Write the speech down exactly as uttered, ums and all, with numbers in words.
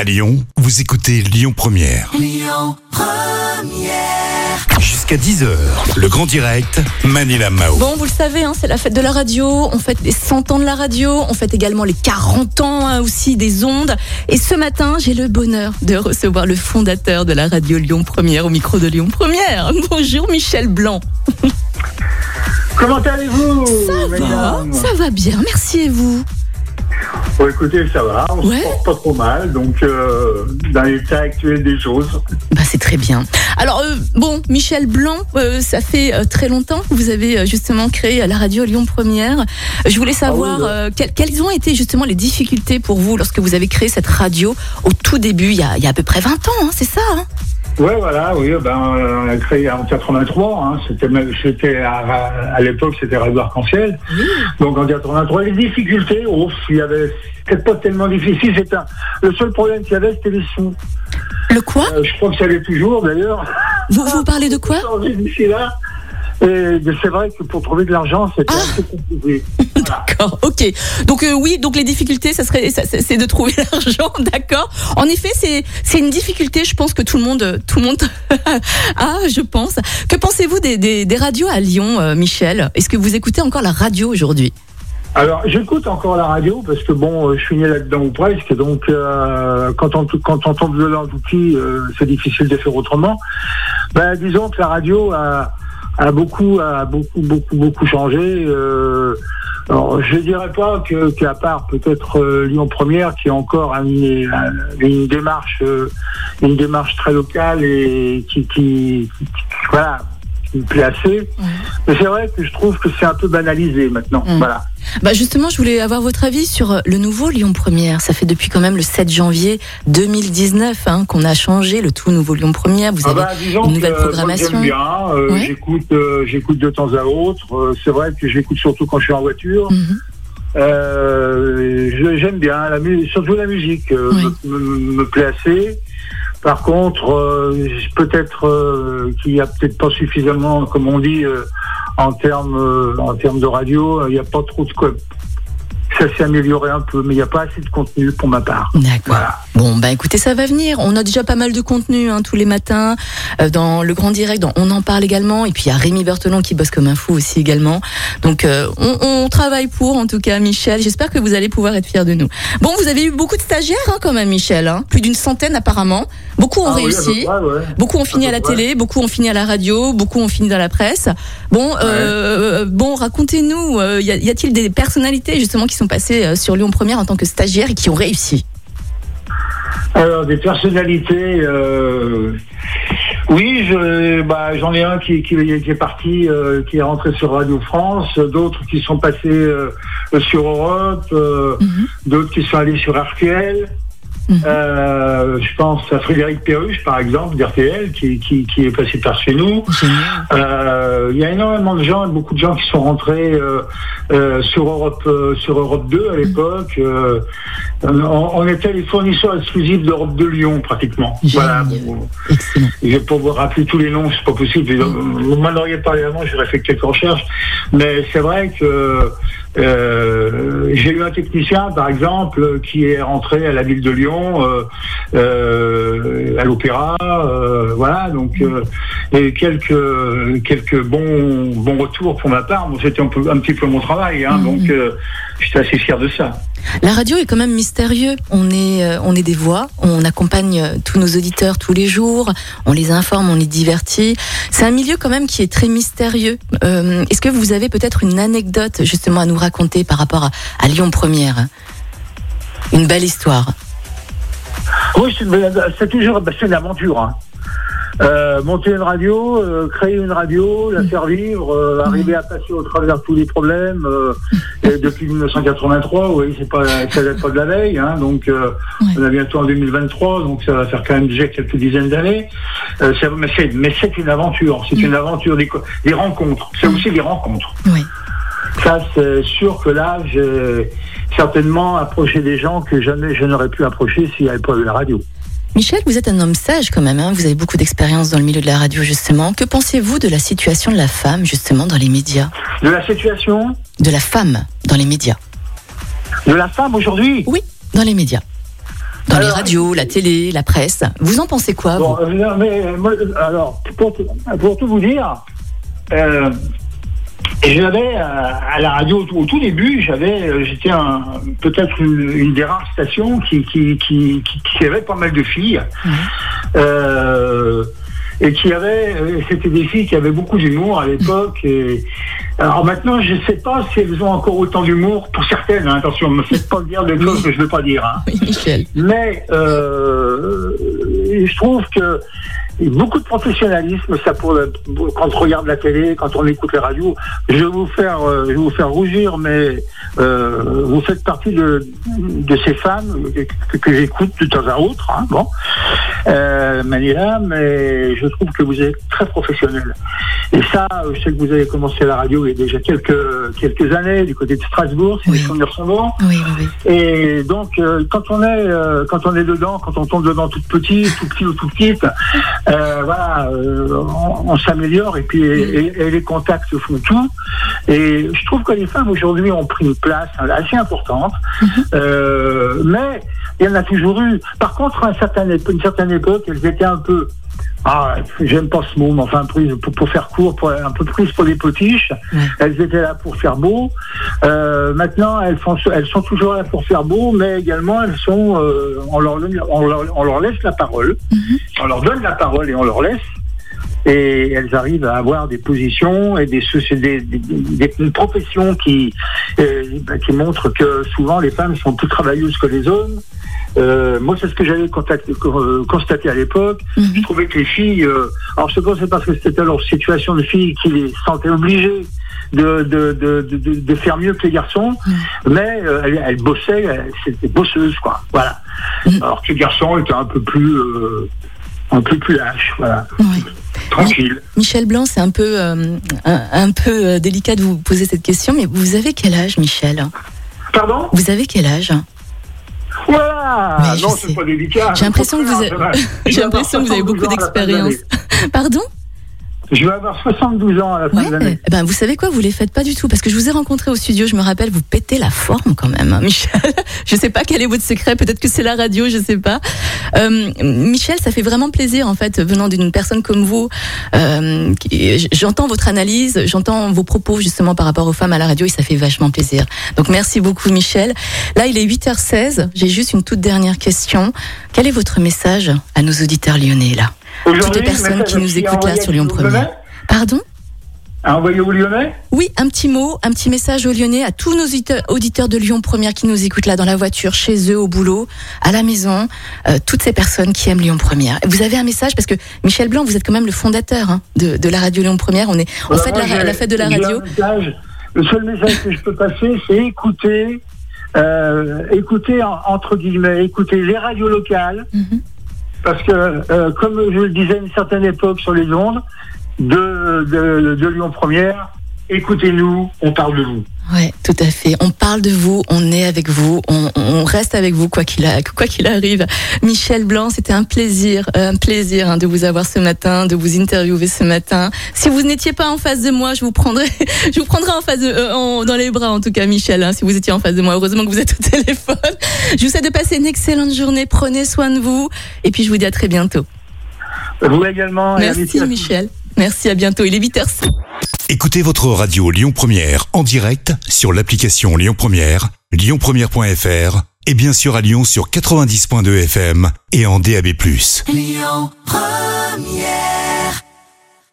À Lyon, vous écoutez Lyon Première. Lyon Première. Jusqu'à dix heures, le grand direct, Manila Mao. Bon, vous le savez, hein, c'est la fête de la radio. On fête les cent ans de la radio. On fête également les quarante ans hein, aussi des ondes. Et ce matin, j'ai le bonheur de recevoir le fondateur de la radio Lyon Première au micro de Lyon Première. Bonjour Michel Blanc. Comment allez-vous? Ça va, ça va bien. Merci et vous? Bon, écoutez, ça va, on ouais. se porte pas trop mal, donc euh, dans l'état actuel des choses. Bah, c'est très bien. Alors, euh, bon, Michel Blanc, euh, ça fait euh, très longtemps que vous avez euh, justement créé la radio Lyon Première. Je voulais savoir ah oui, euh, quelles, quelles ont été justement les difficultés pour vous lorsque vous avez créé cette radio au tout début, il y a, il y a à peu près vingt ans, hein, c'est ça hein? Ouais, voilà, oui, ben, on a créé en quatre-vingt-trois, hein, c'était, c'était à, à l'époque, c'était Radio Arc-en-Ciel. Mmh. Donc en quatre-vingt-trois, les difficultés, oh, il y avait, c'était pas tellement difficile, c'était un, le seul problème qu'il y avait, c'était les sous. Le quoi? euh, Je crois que ça l'est toujours, d'ailleurs. Vous, vous parlez de quoi? D'ici là. Et c'est vrai que pour trouver de l'argent, c'était ah. assez compliqué. Voilà. D'accord, ok. Donc euh, oui, donc les difficultés, ça serait, ça, c'est de trouver l'argent, d'accord. En effet, c'est c'est une difficulté, je pense que tout le monde, tout le monde a, je pense. Que pensez-vous des, des, des radios à Lyon, euh, Michel? Est-ce que vous écoutez encore la radio aujourd'hui? Alors, j'écoute encore la radio parce que bon, je suis né là-dedans ou presque, donc euh, quand on quand on tombe dedans d'outils, euh, c'est difficile de faire autrement. Ben, disons que la radio a a beaucoup, a beaucoup, beaucoup, beaucoup changé. Euh, alors, je dirais pas que qu'à part peut-être euh, Lyon Première qui a encore une, une démarche, euh, une démarche très locale et qui, qui, qui voilà, qui me plaît assez. Mmh. Mais c'est vrai que je trouve que c'est un peu banalisé maintenant. Mmh. Voilà. Bah justement, je voulais avoir votre avis sur le nouveau Lyon Première. Ça fait depuis quand même le sept janvier deux mille dix-neuf hein, qu'on a changé le tout nouveau Lyon Première. Vous avez ah bah, une nouvelle que, programmation. Moi, j'aime bien. Euh, ouais. J'écoute, euh, j'écoute de temps à autre. Euh, c'est vrai que j'écoute surtout quand je suis en voiture. Mm-hmm. Euh, j'aime bien, la mu- surtout la musique euh, oui. me, me, me plaît assez. Par contre, euh, peut-être euh, qu'il n'y a peut-être pas suffisamment, comme on dit, euh, en termes euh, en termes de radio, il n'y a pas trop de quoi. Ça s'est amélioré un peu, mais il n'y a pas assez de contenu pour ma part. D'accord. Voilà. Bon, bah écoutez, ça va venir. On a déjà pas mal de contenu hein, tous les matins euh, dans le grand direct. Dans On en parle également. Et puis il y a Rémi Berthelon qui bosse comme un fou aussi également. Donc euh, on, on travaille pour, en tout cas, Michel. J'espère que vous allez pouvoir être fiers de nous. Bon, vous avez eu beaucoup de stagiaires hein, quand même, Michel. Hein. Plus d'une centaine apparemment. Beaucoup ont ah, réussi. Oui, près, ouais. Beaucoup ont fini à, à la près. télé. Beaucoup ont fini à la radio. Beaucoup ont fini dans la presse. Bon, euh, ouais. bon, racontez-nous. Euh, y, a, y a-t-il des personnalités justement qui sont passées sur Lyon Première en tant que stagiaires et qui ont réussi? Alors, des personnalités, euh, oui, je, bah, j'en ai un qui, qui, qui est parti, euh, qui est rentré sur Radio France, d'autres qui sont passés euh, sur Europe, euh, mm-hmm. d'autres qui sont allés sur R T L. Mmh. Euh, je pense à Frédéric Perruche, par exemple, d'R T L, qui, qui, qui est passé par chez nous. Il euh, y a énormément de gens, beaucoup de gens qui sont rentrés euh, euh, sur Europe, euh, sur Europe deux à l'époque. Euh, on, on était les fournisseurs exclusifs d'Europe deux Lyon, pratiquement. Génial. Voilà. Bon, je vais pas vous rappeler tous les noms, c'est pas possible. Vous m'en auriez parlé avant, j'aurais fait quelques recherches. Mais c'est vrai que euh, j'ai eu un technicien, par exemple, qui est rentré à la ville de Lyon, euh, euh, à l'Opéra, euh, voilà, donc euh, et quelques quelques bons bons retours pour ma part. Bon, c'était un peu un petit peu mon travail, hein, mmh. donc euh, j'étais assez fier de ça. La radio est quand même mystérieux. On est euh, on est des voix, on accompagne tous nos auditeurs tous les jours, on les informe, on les divertit. C'est un milieu quand même qui est très mystérieux. Euh, est-ce que vous avez peut-être une anecdote justement à nous raconter par rapport à, à Lyon Première? Une belle histoire. Oui, c'est, c'est toujours c'est une aventure. Hein. Euh, monter une radio, euh, créer une radio, la faire vivre, euh, arriver à passer au travers tous les problèmes. Euh, et depuis dix-neuf cent quatre-vingt-trois, oui, c'est pas, ça date pas de la veille, hein, donc euh, on est bientôt en deux mille vingt-trois, donc ça va faire quand même déjà quelques dizaines d'années. Euh, c'est, mais, c'est, mais c'est une aventure, c'est une aventure des, des rencontres. C'est aussi des rencontres. Oui. Ça, c'est sûr que là, j'ai certainement approché des gens que jamais je n'aurais pu approcher s'il n'y avait pas eu la radio. Michel, vous êtes un homme sage quand même, hein, vous avez beaucoup d'expérience dans le milieu de la radio justement. Que pensez-vous de la situation de la femme justement dans les médias? De la situation De la femme dans les médias. De la femme aujourd'hui? Oui, dans les médias. Dans alors, les radios, la télé, la presse. Vous en pensez quoi, bon, vous euh, mais, moi, alors, pour, pour tout vous dire, euh, j'avais euh, à la radio au tout début, j'avais, j'étais un, peut-être une, une des rares stations qui qui, qui, qui, qui avait pas mal de filles. Mmh. Euh, et qui avait, c'était des filles qui avaient beaucoup d'humour à l'époque. Et alors maintenant, je ne sais pas si elles ont encore autant d'humour pour certaines. Hein, attention, ne me faites pas dire des choses que je ne veux pas dire. Hein. Oui, Michel. Mais euh, je trouve que beaucoup de professionnalisme, ça pour le, quand on regarde la télé, quand on écoute les radios. Je vais vous faire, euh, je vais vous faire rougir, mais euh, vous faites partie de, de ces femmes que, que j'écoute de temps à autre. Hein, bon, euh, Manila, mais je trouve que vous êtes très professionnel. Et ça, je sais que vous avez commencé la radio il y a déjà quelques quelques années du côté de Strasbourg, si oui. mes souvenirs sont bons. Oui, oui, oui. Et donc, euh, quand on est euh, quand on est dedans, quand on tombe dedans toute petite, tout petit ou tout petite. Euh, voilà, euh, on, on s'améliore et puis et, et les contacts font tout. Et je trouve que les femmes aujourd'hui ont pris une place assez importante, mm-hmm. euh, mais il y en a toujours eu. Par contre, à une certaine, une certaine époque, elles étaient un peu, ah, j'aime pas ce mot, mais enfin, prises pour, pour faire court, pour, un peu prises pour les potiches. Mm. Elles étaient là pour faire beau. Euh, maintenant, elles, font, elles sont toujours là pour faire beau, mais également, elles sont, euh, on, leur, on, leur, on leur laisse la parole. Mm-hmm. On leur donne la parole et on leur laisse. Et elles arrivent à avoir des positions et des, des, des, des, des professions qui, euh, qui montrent que souvent les femmes sont plus travailleuses que les hommes. Euh, moi, c'est ce que j'avais contact, euh, constaté à l'époque. Mm-hmm. Je trouvais que les filles, euh, alors je sais pas, c'est parce que c'était leur situation de filles qui les sentaient obligées de, de, de, de, de faire mieux que les garçons, mm-hmm. mais euh, elles, elles bossaient, elles, c'était bosseuses, quoi. Voilà. Mm-hmm. Alors que les garçons étaient un peu plus, euh, un peu plus lâches, voilà. Oui. Tranquille. Michel Blanc, c'est un peu, euh, un, un peu euh, délicat de vous poser cette question, mais vous avez quel âge, Michel ? Pardon ? Vous avez quel âge ? Voilà. Mais non, c'est sais. Pas délicat. J'ai l'impression que vous, avez... J'ai l'impression que vous avez beaucoup d'expérience. Pardon ? Je vais avoir soixante-douze ans à la fin ouais, de l'année. Ben, vous savez quoi, vous les faites pas du tout, parce que je vous ai rencontré au studio, je me rappelle, vous pétez la forme quand même, hein, Michel. Je sais pas quel est votre secret, peut-être que c'est la radio, je sais pas. Euh, Michel, ça fait vraiment plaisir, en fait, venant d'une personne comme vous. Euh, qui, j'entends votre analyse, j'entends vos propos, justement, par rapport aux femmes à la radio, et ça fait vachement plaisir. Donc, merci beaucoup, Michel. Là, il est huit heures seize, j'ai juste une toute dernière question. Quel est votre message à nos auditeurs lyonnais, là ? Toutes les personnes qui nous écoutent là sur Lyon Première. Pardon ? À envoyer aux Lyonnais ? Oui, un petit mot, un petit message aux Lyonnais, à tous nos auditeurs de Lyon Première qui nous écoutent là dans la voiture, chez eux, au boulot, à la maison, euh, toutes ces personnes qui aiment Lyon Première. Vous avez un message parce que Michel Blanc, vous êtes quand même le fondateur hein, de, de la radio Lyon Première. On est, on voilà, fait moi, la, la fête de la radio. Message, le seul message que je peux passer, c'est écouter, euh, écouter en, entre guillemets, écouter les radios locales. Mm-hmm. Parce que, euh, comme je le disais à une certaine époque sur les ondes de, de, de Lyon Première, écoutez-nous, on parle de vous. Ouais, tout à fait. On parle de vous, on est avec vous, on, on reste avec vous quoi qu'il a, quoi qu'il arrive. Michel Blanc, c'était un plaisir, un plaisir hein, de vous avoir ce matin, de vous interviewer ce matin. Si vous n'étiez pas en face de moi, je vous prendrais, je vous prendrais en face de, euh, en, dans les bras en tout cas, Michel. Hein, si vous étiez en face de moi, heureusement que vous êtes au téléphone. Je vous souhaite de passer une excellente journée. Prenez soin de vous, et puis je vous dis à très bientôt. Vous également. Merci Michel. Merci, à bientôt. Il est huit heures sept. Écoutez votre radio Lyon Première en direct sur l'application Lyon Première, lyon première point f r et bien sûr à Lyon sur quatre-vingt-dix point deux F M et en D A B plus. Lyon Première.